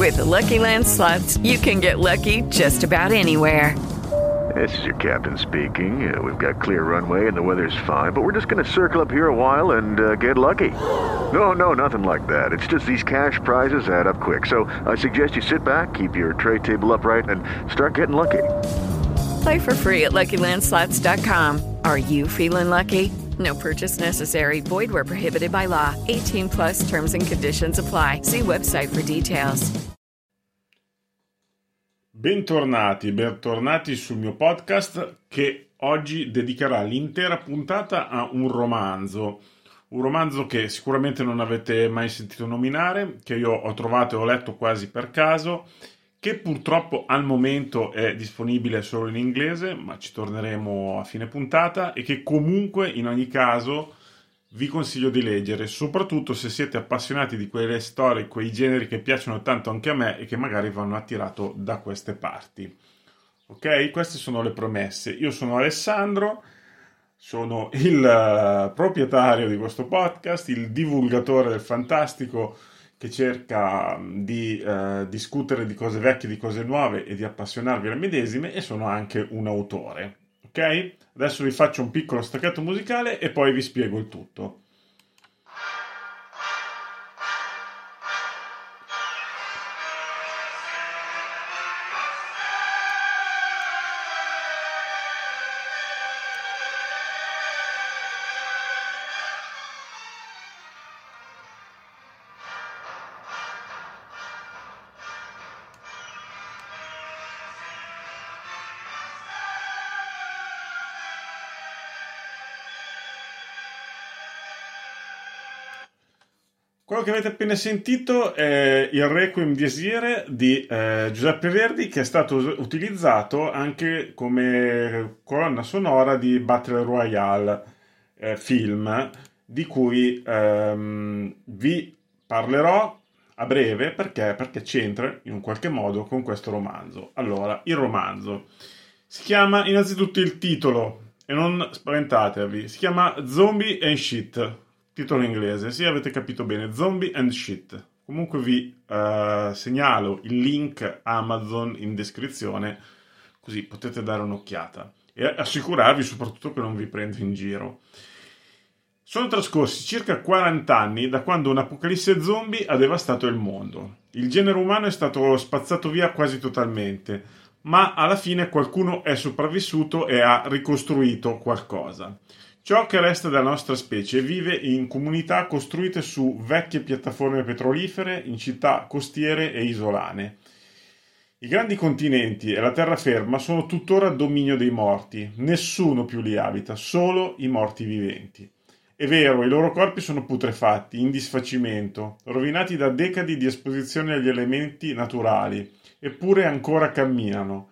With the Lucky Land Slots, you can get lucky just about anywhere. This is your captain speaking. We've got clear runway and the weather's fine, but we're just going to circle up here a while and get lucky. No, nothing like that. It's just these cash prizes add up quick. So I suggest you sit back, keep your tray table upright, and start getting lucky. Play for free at LuckyLandSlots.com. Are you feeling lucky? No purchase necessary. Void where prohibited by law. 18 plus terms and conditions apply. See website for details. Bentornati sul mio podcast che oggi dedicherà l'intera puntata a un romanzo che sicuramente non avete mai sentito nominare, che io ho trovato e ho letto quasi per caso, che purtroppo al momento è disponibile solo in inglese, ma ci torneremo a fine puntata, e che comunque in ogni caso vi consiglio di leggere, soprattutto se siete appassionati di quelle storie, quei generi che piacciono tanto anche a me e che magari vanno attirato da queste parti. Ok? Queste sono le premesse. Io sono Alessandro, sono il proprietario di questo podcast, il divulgatore del fantastico che cerca di discutere di cose vecchie, di cose nuove e di appassionarvi alle medesime, e sono anche un autore. Ok? Adesso vi faccio un piccolo staccato musicale e poi vi spiego il tutto. Quello che avete appena sentito è il Requiem di Esire di Giuseppe Verdi, che è stato utilizzato anche come colonna sonora di Battle Royale, film, di cui vi parlerò a breve perché c'entra in un qualche modo con questo romanzo. Allora, il romanzo si chiama, innanzitutto il titolo, e non spaventatevi, si chiama Zombie and Shit. Titolo inglese, sì, avete capito bene, Zombie and Shit. Comunque vi segnalo il link Amazon in descrizione, così potete dare un'occhiata e assicurarvi soprattutto che non vi prendo in giro. Sono trascorsi circa 40 anni da quando un'apocalisse zombie ha devastato il mondo. Il genere umano è stato spazzato via quasi totalmente, ma alla fine qualcuno è sopravvissuto e ha ricostruito qualcosa. Ciò che resta della nostra specie vive in comunità costruite su vecchie piattaforme petrolifere, in città costiere e isolane. I grandi continenti e la terraferma sono tuttora dominio dei morti, nessuno più li abita, solo i morti viventi. È vero, i loro corpi sono putrefatti, in disfacimento, rovinati da decadi di esposizione agli elementi naturali, eppure ancora camminano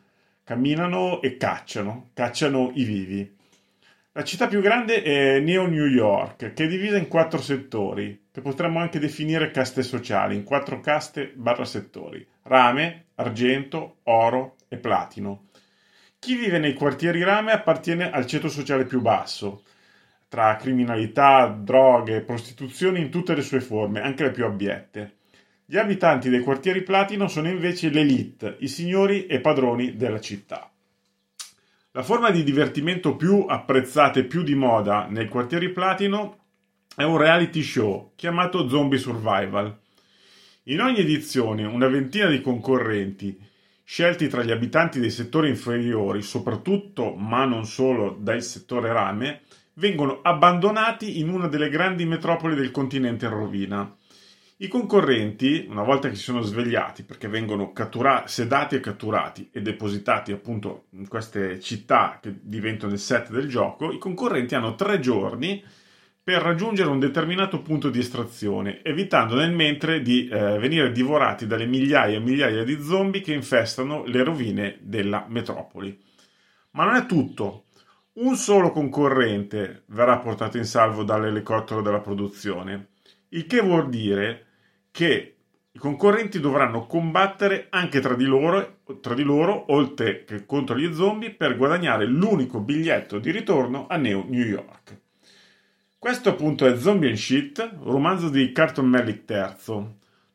e cacciano i vivi. La città più grande è New York, che è divisa in 4 settori, che potremmo anche definire caste sociali, in 4 caste/settori: rame, argento, oro e platino. Chi vive nei quartieri rame appartiene al ceto sociale più basso, tra criminalità, droghe e prostituzione in tutte le sue forme, anche le più abiette. Gli abitanti dei quartieri platino sono invece l'élite, i signori e padroni della città. La forma di divertimento più apprezzata e più di moda nei quartieri platino è un reality show chiamato Zombie Survival. In ogni edizione una ventina di concorrenti, scelti tra gli abitanti dei settori inferiori, soprattutto ma non solo dal settore rame, vengono abbandonati in una delle grandi metropoli del continente in rovina. I concorrenti, una volta che si sono svegliati, perché vengono sedati e catturati e depositati appunto in queste città che diventano il set del gioco, i concorrenti hanno 3 giorni per raggiungere un determinato punto di estrazione, evitando nel mentre di venire divorati dalle migliaia e migliaia di zombie che infestano le rovine della metropoli. Ma non è tutto. Un solo concorrente verrà portato in salvo dall'elicottero della produzione, il che vuol dire che i concorrenti dovranno combattere anche tra di loro, oltre che contro gli zombie, per guadagnare l'unico biglietto di ritorno a New York. Questo appunto è Zombie and Shit, romanzo di Carlton Mellick III.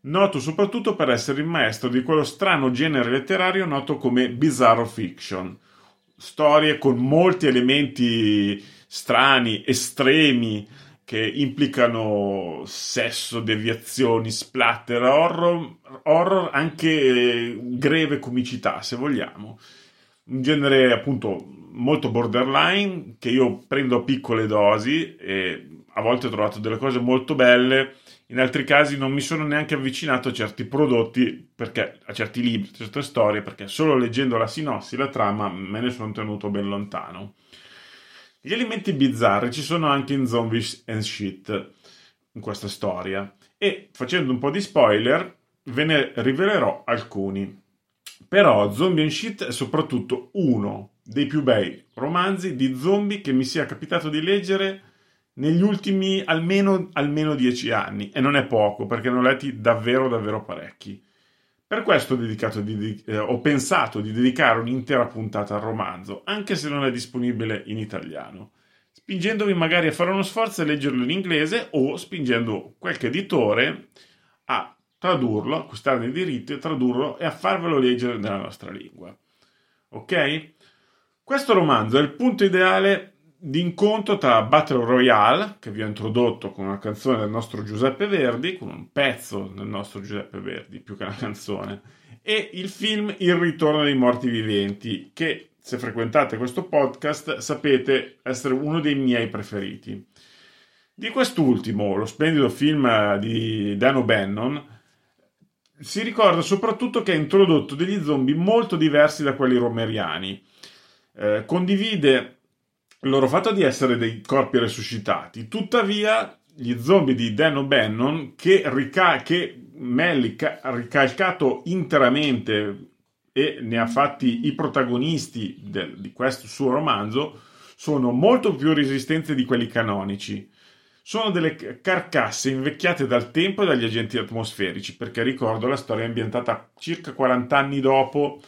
noto soprattutto per essere il maestro di quello strano genere letterario noto come bizarro fiction. Storie con molti elementi strani, estremi, che implicano sesso, deviazioni, splatter, horror anche greve comicità, se vogliamo. Un genere appunto molto borderline che io prendo a piccole dosi e a volte ho trovato delle cose molto belle, in altri casi non mi sono neanche avvicinato a certi prodotti, a certi libri, a certe storie, perché solo leggendo la sinossi, la trama, me ne sono tenuto ben lontano. Gli elementi bizzarri ci sono anche in Zombies and Shit, in questa storia, e facendo un po' di spoiler ve ne rivelerò alcuni. Però Zombie and Shit è soprattutto uno dei più bei romanzi di zombie che mi sia capitato di leggere negli ultimi almeno 10 anni, e non è poco, perché ne ho letti davvero davvero parecchi. Per questo ho pensato di dedicare un'intera puntata al romanzo, anche se non è disponibile in italiano, spingendovi magari a fare uno sforzo e leggerlo in inglese, o spingendo qualche editore a tradurlo, acquistarne il diritto e tradurlo e a farvelo leggere nella nostra lingua. Ok? Questo romanzo è il punto ideale di incontro tra Battle Royale, che vi ho introdotto con una canzone del nostro Giuseppe Verdi, con un pezzo del nostro Giuseppe Verdi, più che una canzone, e il film Il ritorno dei morti viventi, che se frequentate questo podcast sapete essere uno dei miei preferiti. Di quest'ultimo, lo splendido film di Dan O'Bannon, si ricorda soprattutto che ha introdotto degli zombie molto diversi da quelli romeriani. Condivide il loro fatto di essere dei corpi resuscitati, tuttavia gli zombie di Dan O'Bannon, che Melick ha ricalcato interamente e ne ha fatti i protagonisti di questo suo romanzo, sono molto più resistenti di quelli canonici. Sono delle carcasse invecchiate dal tempo e dagli agenti atmosferici, perché ricordo la storia è ambientata circa 40 anni dopo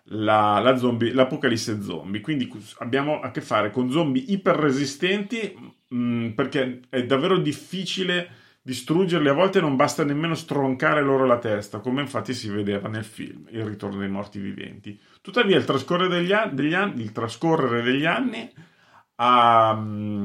l'apocalisse zombie, quindi abbiamo a che fare con zombie iperresistenti, perché è davvero difficile distruggerli, a volte non basta nemmeno stroncare loro la testa, come infatti si vedeva nel film Il ritorno dei morti viventi. Tuttavia il trascorrere degli anni ha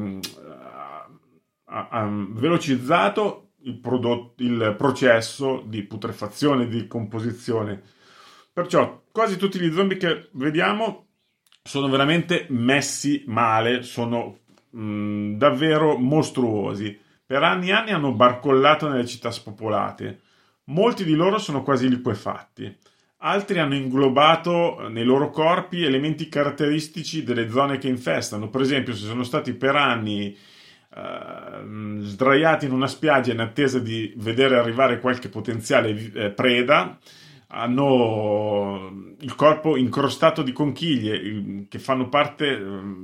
velocizzato il processo di putrefazione, di composizione. Perciò quasi tutti gli zombie che vediamo sono veramente messi male, sono davvero mostruosi. Per anni e anni hanno barcollato nelle città spopolate. Molti di loro sono quasi liquefatti. Altri hanno inglobato nei loro corpi elementi caratteristici delle zone che infestano. Per esempio, se sono stati per anni sdraiati in una spiaggia in attesa di vedere arrivare qualche potenziale preda, hanno il corpo incrostato di conchiglie che fanno parte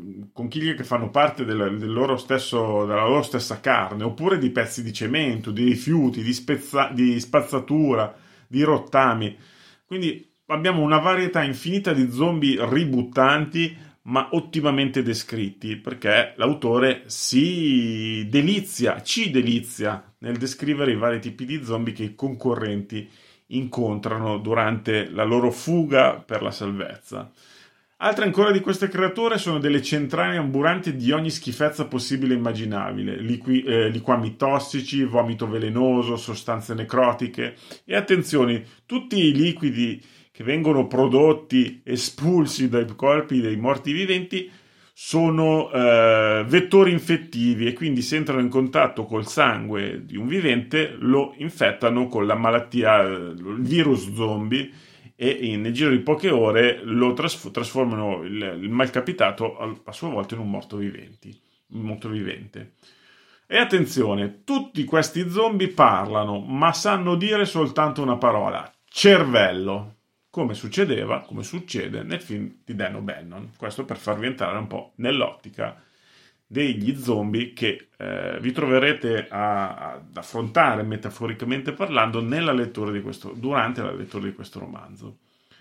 della loro stessa carne, oppure di pezzi di cemento, di rifiuti, di spazzatura, di rottami. Quindi abbiamo una varietà infinita di zombie ributtanti, ma ottimamente descritti, perché l'autore ci delizia nel descrivere i vari tipi di zombie che i concorrenti incontrano durante la loro fuga per la salvezza. Altre ancora di queste creature sono delle centrali ambulanti di ogni schifezza possibile e immaginabile, liquami tossici, vomito velenoso, sostanze necrotiche, e attenzione, tutti i liquidi che vengono prodotti, espulsi dai corpi dei morti viventi, sono vettori infettivi, e quindi se entrano in contatto col sangue di un vivente lo infettano con la malattia, il virus zombie, e nel giro di poche ore lo trasformano il malcapitato a sua volta in un morto vivente. E attenzione, tutti questi zombie parlano, ma sanno dire soltanto una parola: cervello. Come succede nel film di Dan O'Bannon. Questo per farvi entrare un po' nell'ottica degli zombie che vi troverete ad affrontare, metaforicamente parlando, durante la lettura di questo romanzo.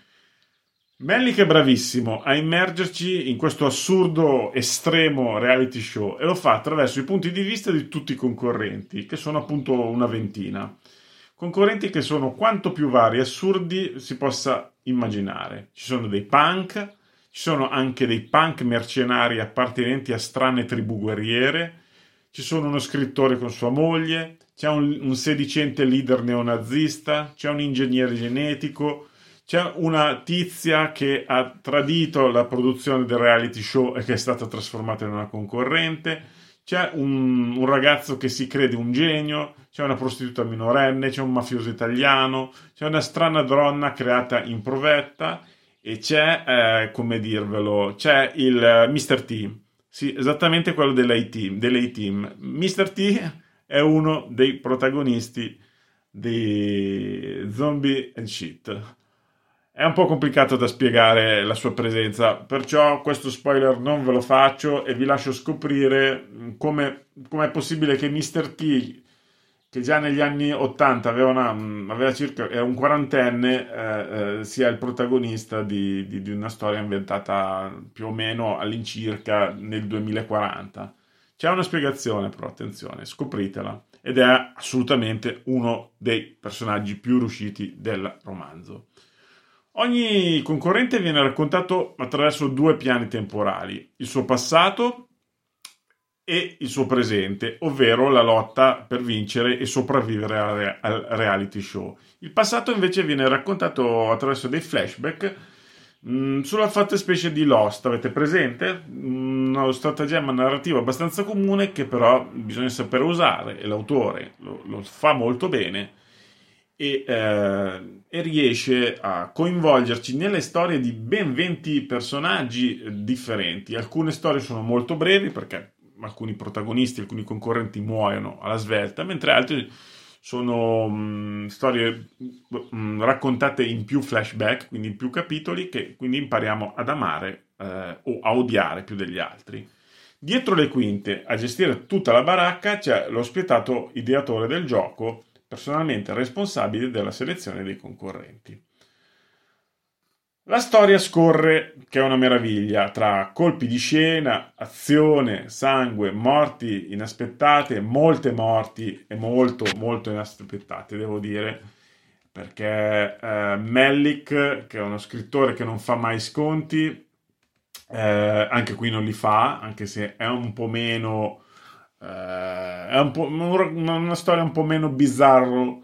Melick è bravissimo a immergerci in questo assurdo, estremo reality show, e lo fa attraverso i punti di vista di tutti i concorrenti, che sono appunto una ventina, Concorrenti che sono quanto più vari e assurdi si possa immaginare. Ci sono dei punk, ci sono anche dei punk mercenari appartenenti a strane tribù guerriere, ci sono uno scrittore con sua moglie, c'è un sedicente leader neonazista, c'è un ingegnere genetico, c'è una tizia che ha tradito la produzione del reality show e che è stata trasformata in una concorrente, c'è un ragazzo che si crede un genio, c'è una prostituta minorenne, c'è un mafioso italiano, c'è una strana donna creata in provetta e c'è, come dirvelo, c'è il Mr. T. Sì, esattamente quello dell'A-Team. Mr. T è uno dei protagonisti di Zombie and Shit. È un po' complicato da spiegare la sua presenza, perciò questo spoiler non ve lo faccio e vi lascio scoprire come è possibile che Mr. T, che già negli anni 80 aveva circa, era un quarantenne, sia il protagonista di una storia inventata più o meno all'incirca nel 2040. C'è una spiegazione, però attenzione, scopritela, ed è assolutamente uno dei personaggi più riusciti del romanzo. Ogni concorrente viene raccontato attraverso due piani temporali, il suo passato e il suo presente, ovvero la lotta per vincere e sopravvivere al reality show. Il passato invece viene raccontato attraverso dei flashback sulla fattispecie di Lost, avete presente? Uno stratagemma narrativo abbastanza comune che però bisogna sapere usare e l'autore lo fa molto bene e riesce a coinvolgerci nelle storie di ben 20 personaggi differenti. Alcune storie sono molto brevi perché alcuni protagonisti, alcuni concorrenti muoiono alla svelta, mentre altre sono storie raccontate in più flashback, quindi in più capitoli, che quindi impariamo ad amare o a odiare più degli altri. Dietro le quinte, a gestire tutta la baracca, c'è lo spietato ideatore del gioco, personalmente responsabile della selezione dei concorrenti. La storia scorre, che è una meraviglia, tra colpi di scena, azione, sangue, morti inaspettate, molte morti e molto, molto inaspettate, devo dire, perché Melick, che è uno scrittore che non fa mai sconti, anche qui non li fa, anche se è un po' meno... è una storia un po' meno bizzarro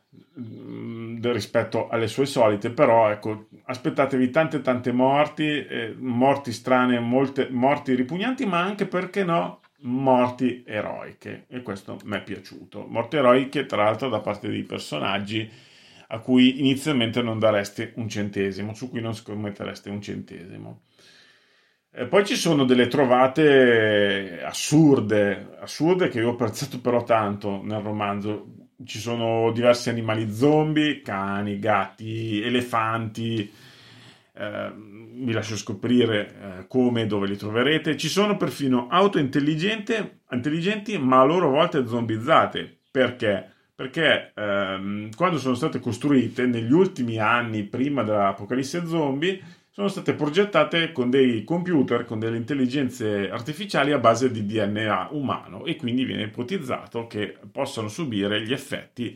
rispetto alle sue solite, però ecco, aspettatevi tante morti, morti strane, molte morti ripugnanti, ma anche, perché no, morti eroiche, e questo mi è piaciuto. Morti eroiche tra l'altro da parte dei personaggi a cui inizialmente non dareste un centesimo, su cui non scommettereste un centesimo. Poi ci sono delle trovate assurde che io ho apprezzato però tanto nel romanzo. Ci sono diversi animali zombie, cani, gatti, elefanti, vi lascio scoprire come e dove li troverete. Ci sono perfino auto intelligenti ma a loro volta zombizzate. Perché? Perché quando sono state costruite negli ultimi anni prima dell'apocalisse zombie sono state progettate con dei computer, con delle intelligenze artificiali a base di DNA umano, e quindi viene ipotizzato che possano subire gli effetti,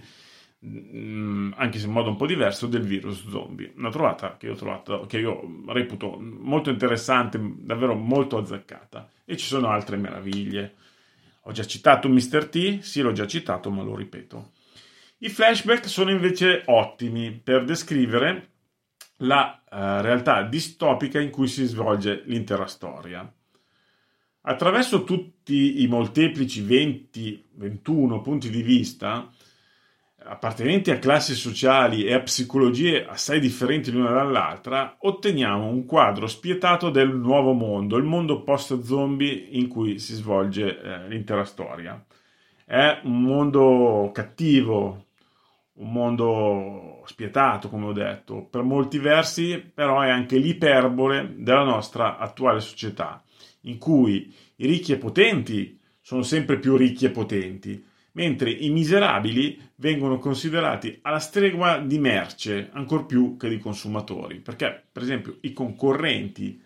anche se in modo un po' diverso, del virus zombie. Una trovata che io reputo molto interessante, davvero molto azzeccata. E ci sono altre meraviglie. Ho già citato Mr. T? Sì, l'ho già citato, ma lo ripeto. I flashback sono invece ottimi per descrivere la realtà distopica in cui si svolge l'intera storia. Attraverso tutti i molteplici 20-21 punti di vista, appartenenti a classi sociali e a psicologie assai differenti l'una dall'altra, otteniamo un quadro spietato del nuovo mondo, il mondo post-zombie in cui si svolge l'intera storia. È un mondo cattivo, un mondo spietato, come ho detto, per molti versi, però è anche l'iperbole della nostra attuale società, in cui i ricchi e potenti sono sempre più ricchi e potenti, mentre i miserabili vengono considerati alla stregua di merce, ancor più che di consumatori, perché, per esempio, i concorrenti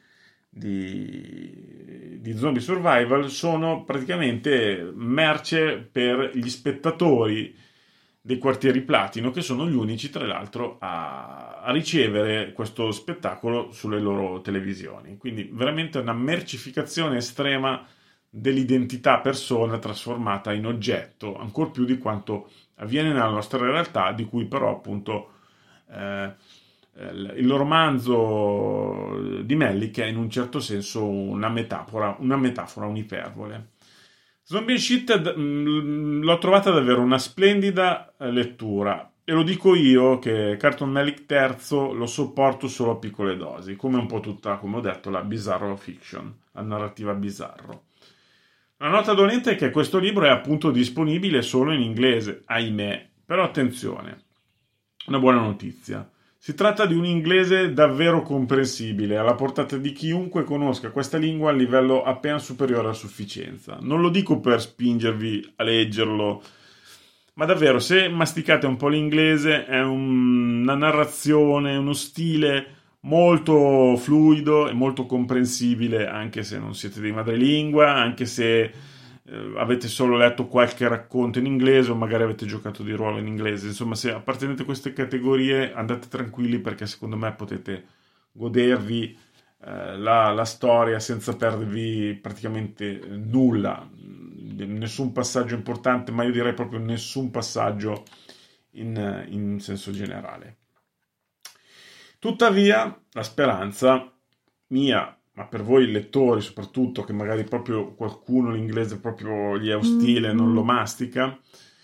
di Zombie Survival sono praticamente merce per gli spettatori dei Quartieri Platino, che sono gli unici tra l'altro a ricevere questo spettacolo sulle loro televisioni. Quindi veramente una mercificazione estrema dell'identità persona trasformata in oggetto, ancor più di quanto avviene nella nostra realtà, di cui però appunto il romanzo di Melick è in un certo senso una metafora, un'iperbole. Zombie and Shit l'ho trovata davvero una splendida lettura, e lo dico io che Carlton Melick III lo sopporto solo a piccole dosi, come un po' tutta, come ho detto, la bizarro fiction, la narrativa bizzarro. La nota dolente è che questo libro è appunto disponibile solo in inglese, ahimè, però attenzione, una buona notizia. Si tratta di un inglese davvero comprensibile, alla portata di chiunque conosca questa lingua a livello appena superiore a sufficienza. Non lo dico per spingervi a leggerlo, ma davvero, se masticate un po' l'inglese, è una narrazione, uno stile molto fluido e molto comprensibile, anche se non siete di madrelingua, anche se avete solo letto qualche racconto in inglese o magari avete giocato di ruolo in inglese. Insomma, se appartenete a queste categorie, andate tranquilli, perché secondo me potete godervi la storia senza perdervi praticamente nulla, nessun passaggio importante, ma io direi proprio nessun passaggio in senso generale. Tuttavia, la speranza mia, ma per voi lettori soprattutto, che magari proprio qualcuno l'inglese proprio gli è ostile, non lo mastica,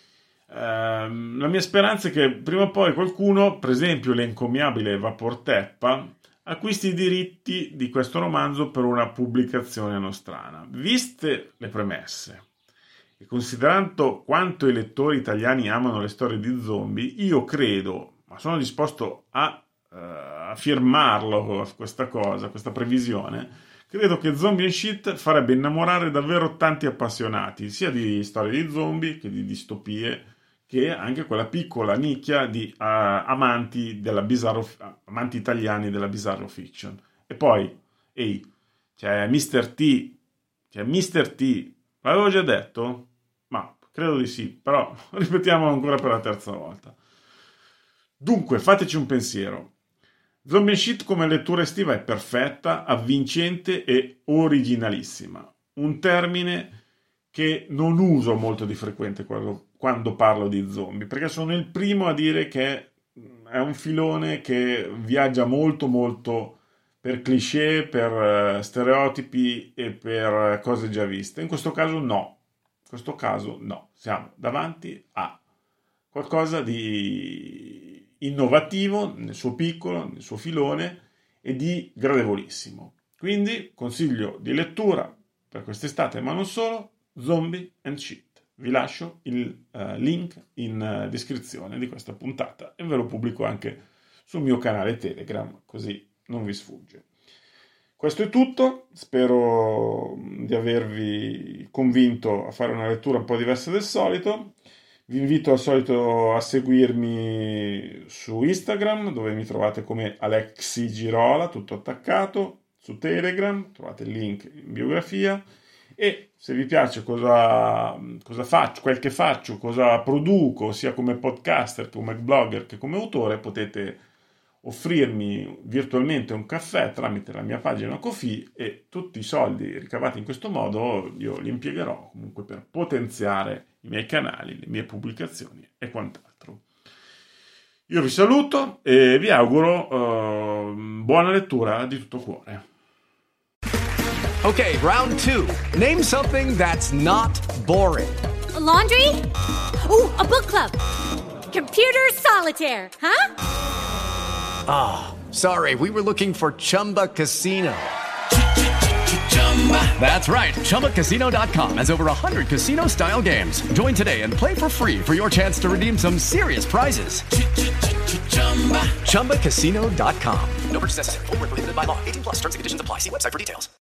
la mia speranza è che prima o poi qualcuno, per esempio l'encomiabile Vapor Teppa, acquisti i diritti di questo romanzo per una pubblicazione nostrana. Viste le premesse e considerando quanto i lettori italiani amano le storie di zombie, io credo, ma sono disposto a firmarlo questa cosa, questa previsione, credo che Zombie and Shit farebbe innamorare davvero tanti appassionati, sia di storie di zombie che di distopie, che anche quella piccola nicchia di amanti italiani della bizarro fiction. E poi, c'è Mr. T, l'avevo già detto? Ma credo di sì, però ripetiamolo ancora per la terza volta. Dunque, fateci un pensiero. Zombie and Shit come lettura estiva è perfetta, avvincente e originalissima. Un termine che non uso molto di frequente quando parlo di zombie, perché sono il primo a dire che è un filone che viaggia molto molto per cliché, per stereotipi e per cose già viste. In questo caso no. Siamo davanti a qualcosa di innovativo nel suo piccolo, nel suo filone, e di gradevolissimo. Quindi consiglio di lettura per quest'estate, ma non solo, Zombie and Shit. Vi lascio il link in descrizione di questa puntata e ve lo pubblico anche sul mio canale Telegram, così non vi sfugge. Questo è tutto, spero di avervi convinto a fare una lettura un po' diversa del solito. Vi invito al solito a seguirmi su Instagram, dove mi trovate come Alexi Girola, tutto attaccato, su Telegram, trovate il link in biografia, e se vi piace cosa faccio, quel che faccio, cosa produco, sia come podcaster, come blogger che come autore, potete offrirmi virtualmente un caffè tramite la mia pagina Ko-fi, e tutti i soldi ricavati in questo modo io li impiegherò comunque per potenziare i miei canali, le mie pubblicazioni e quant'altro. Io vi saluto e vi auguro buona lettura di tutto cuore. Okay, round 2. Name something that's not boring. A laundry? Ooh, a book club. Computer solitaire, huh? Ah, sorry, we were looking for Chumba Casino. That's right, ChumbaCasino.com has over 100 casino-style games. Join today and play for free for your chance to redeem some serious prizes. ChumbaCasino.com. No purchase necessary. Void where prohibited by law. 18+ terms and conditions apply. See website for details.